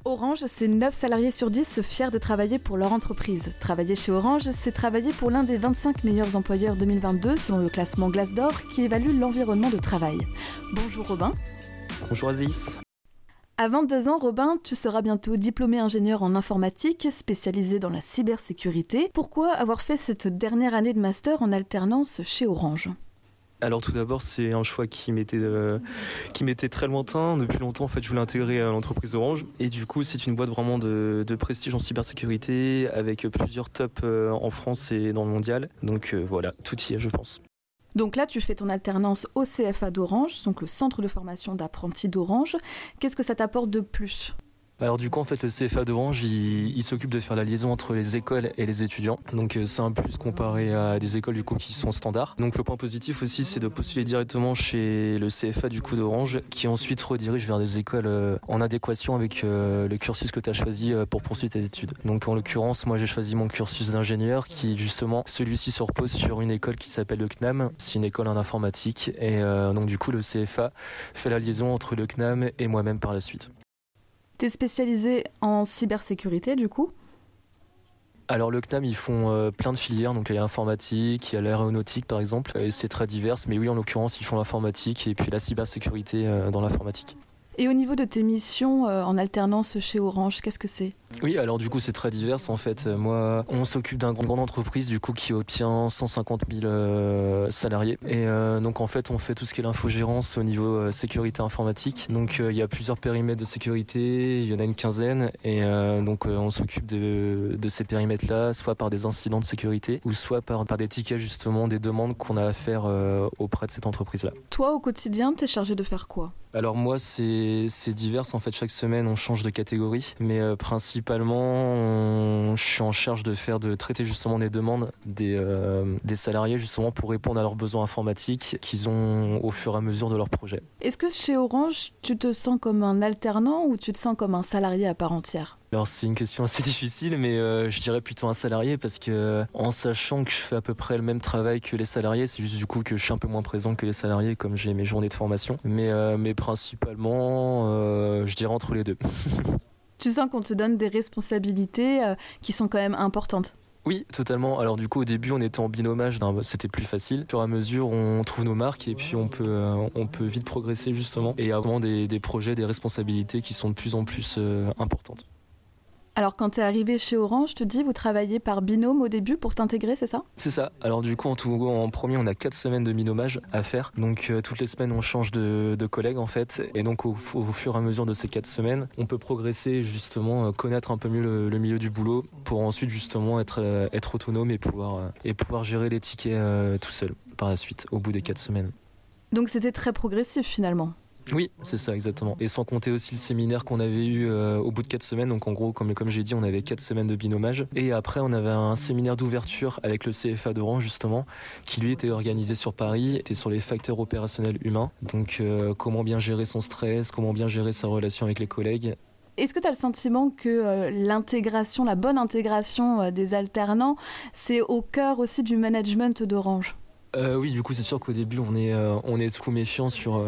Orange, c'est 9 salariés sur 10 fiers de travailler pour leur entreprise. Travailler chez Orange, c'est travailler pour l'un des 25 meilleurs employeurs 2022 selon le classement Glassdoor qui évalue l'environnement de travail. Bonjour Robin. Bonjour Aziz. À 22 ans, Robin, tu seras bientôt diplômé ingénieur en informatique, spécialisé dans la cybersécurité. Pourquoi avoir fait cette dernière année de master en alternance chez Orange ? Alors tout d'abord, c'est un choix qui m'était très lointain. Depuis longtemps, en fait, je voulais intégrer l'entreprise Orange. Et du coup, c'est une boîte vraiment de prestige en cybersécurité, avec plusieurs tops en France et dans le mondial. Donc voilà, tout y est, je pense. Donc là, tu fais ton alternance au CFA d'Orange, donc le centre de formation d'apprentis d'Orange. Qu'est-ce que ça t'apporte de plus ? Alors du coup, en fait, le CFA d'Orange, il s'occupe de faire la liaison entre les écoles et les étudiants. Donc c'est un plus comparé à des écoles du coup qui sont standards. Donc le point positif aussi, c'est de postuler directement chez le CFA du coup d'Orange, qui ensuite redirige vers des écoles en adéquation avec le cursus que tu as choisi pour poursuivre tes études. Donc en l'occurrence, moi j'ai choisi mon cursus d'ingénieur, qui justement, celui-ci se repose sur une école qui s'appelle le CNAM. C'est une école en informatique et donc du coup le CFA fait la liaison entre le CNAM et moi-même par la suite. T'es spécialisé en cybersécurité du coup ? Alors le CNAM, ils font plein de filières, donc il y a l'informatique, il y a l'aéronautique par exemple, et c'est très divers, mais oui en l'occurrence ils font l'informatique et puis la cybersécurité dans l'informatique. Et au niveau de tes missions en alternance chez Orange, qu'est-ce que c'est ? Oui, alors du coup c'est très divers en fait. Moi, on s'occupe d'une grande entreprise du coup qui obtient 150 000 salariés. Et donc en fait on fait tout ce qui est l'infogérance au niveau sécurité informatique. Donc il y a plusieurs périmètres de sécurité, il y en a une quinzaine. Et donc on s'occupe de ces périmètres-là, soit par des incidents de sécurité ou soit par des tickets justement, des demandes qu'on a à faire auprès de cette entreprise-là. Toi au quotidien, t'es chargé de faire quoi ? Alors moi c'est divers en fait, chaque semaine on change de catégorie, mais principalement je suis en charge de traiter justement des demandes des salariés justement pour répondre à leurs besoins informatiques qu'ils ont au fur et à mesure de leur projet. Est-ce que chez Orange tu te sens comme un alternant ou tu te sens comme un salarié à part entière ? Alors c'est une question assez difficile, mais je dirais plutôt un salarié parce que en sachant que je fais à peu près le même travail que les salariés, c'est juste du coup que je suis un peu moins présent que les salariés comme j'ai mes journées de formation, mais principalement je dirais entre les deux. Tu sens qu'on te donne des responsabilités qui sont quand même importantes ? Oui, totalement. Alors du coup, au début, on était en binomage, c'était plus facile. Au fur et à mesure, on trouve nos marques et puis on peut vite progresser justement et avoir des projets, des responsabilités qui sont de plus en plus importantes. Alors quand t'es arrivé chez Orange, tu dis vous travaillez par binôme au début pour t'intégrer, c'est ça ? C'est ça. Alors du coup en premier on a 4 semaines de binomage à faire. Donc toutes les semaines on change de collègues en fait. Et donc au fur et à mesure de ces 4 semaines, on peut progresser justement, connaître un peu mieux le milieu du boulot pour ensuite justement être autonome et pouvoir gérer les tickets tout seul par la suite au bout des 4 semaines. Donc c'était très progressif finalement ? Oui, c'est ça exactement. Et sans compter aussi le séminaire qu'on avait eu au bout de 4 semaines. Donc en gros, comme j'ai dit, on avait 4 semaines de binomage. Et après, on avait un séminaire d'ouverture avec le CFA d'Orange justement, qui lui était organisé sur Paris, était sur les facteurs opérationnels humains. Donc comment bien gérer son stress, comment bien gérer sa relation avec les collègues. Est-ce que tu as le sentiment que la bonne intégration des alternants, c'est au cœur aussi du management d'Orange ? Oui, du coup, c'est sûr qu'au début, on est tout méfiant sur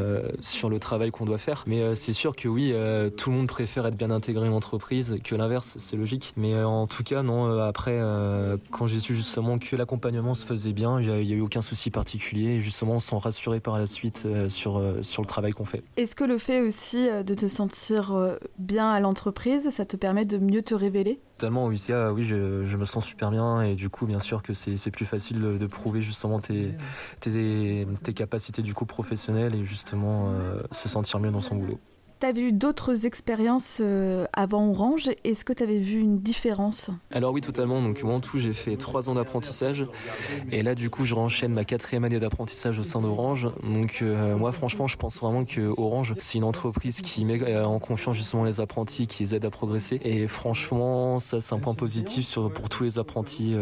le travail qu'on doit faire. Mais c'est sûr que oui, tout le monde préfère être bien intégré en entreprise que l'inverse, c'est logique. Mais en tout cas, non, après, quand j'ai su justement que l'accompagnement se faisait bien, il n'y a eu aucun souci particulier. Et justement, on s'en rassurait par la suite sur le travail qu'on fait. Est-ce que le fait aussi de te sentir bien à l'entreprise, ça te permet de mieux te révéler ? Totalement, oui, je me sens super bien et du coup, bien sûr que c'est plus facile de prouver justement tes capacités du coup professionnelles et justement se sentir mieux dans son boulot. Tu avais eu d'autres expériences avant Orange. Est-ce que tu avais vu une différence ? Alors oui, totalement. Donc moi en tout, j'ai fait 3 ans d'apprentissage et là du coup, je renchaîne ma 4e année d'apprentissage au sein d'Orange. Donc moi franchement, je pense vraiment que Orange, c'est une entreprise qui met en confiance justement les apprentis, qui les aide à progresser. Et franchement, ça c'est un point positif pour tous les apprentis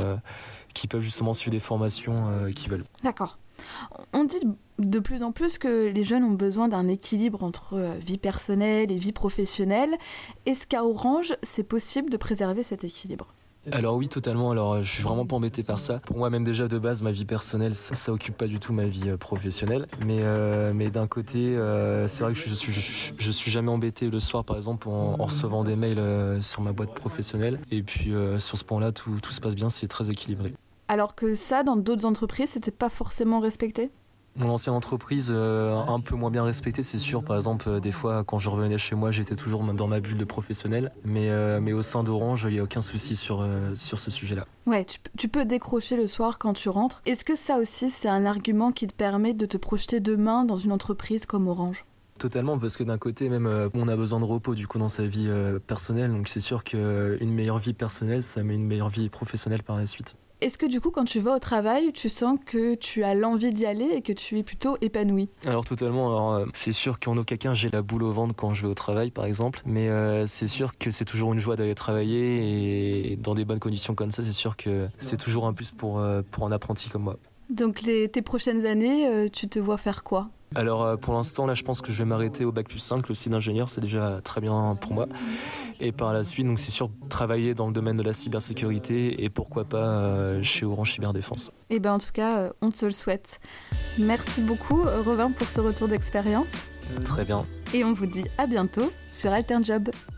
qui peuvent justement suivre des formations qu'ils veulent. D'accord. On dit de plus en plus que les jeunes ont besoin d'un équilibre entre vie personnelle et vie professionnelle. Est-ce qu'à Orange, c'est possible de préserver cet équilibre ? Alors oui, totalement. Alors je suis vraiment pas embêté par ça. Pour moi, même déjà de base, ma vie personnelle, ça occupe pas du tout ma vie professionnelle. Mais d'un côté, c'est vrai que je suis jamais embêté le soir, par exemple, en recevant des mails sur ma boîte professionnelle. Et puis sur ce point-là, tout se passe bien, c'est très équilibré. Alors que ça, dans d'autres entreprises, c'était pas forcément respecté ? Mon ancienne entreprise, un peu moins bien respectée, c'est sûr. Par exemple, des fois, quand je revenais chez moi, j'étais toujours dans ma bulle de professionnel. Mais au sein d'Orange, il n'y a aucun souci sur ce sujet-là. Ouais, tu peux décrocher le soir quand tu rentres. Est-ce que ça aussi, c'est un argument qui te permet de te projeter demain dans une entreprise comme Orange ? Totalement, parce que d'un côté, même, on a besoin de repos du coup dans sa vie personnelle. Donc c'est sûr qu'une meilleure vie personnelle, ça met une meilleure vie professionnelle par la suite. Est-ce que du coup, quand tu vas au travail, tu sens que tu as l'envie d'y aller et que tu es plutôt épanoui ? Alors totalement, alors c'est sûr qu'en aucun cas j'ai la boule au ventre quand je vais au travail par exemple, mais c'est sûr que c'est toujours une joie d'aller travailler et dans des bonnes conditions comme ça, c'est sûr que c'est toujours un plus pour un apprenti comme moi. Donc tes prochaines années, tu te vois faire quoi ? Alors pour l'instant là je pense que je vais m'arrêter au bac+5, le site d'ingénieur c'est déjà très bien pour moi. Et par la suite donc c'est sûr travailler dans le domaine de la cybersécurité et pourquoi pas chez Orange Cyberdéfense. Et ben en tout cas on te le souhaite. Merci beaucoup Robin pour ce retour d'expérience. Très bien. Et on vous dit à bientôt sur Alternjob.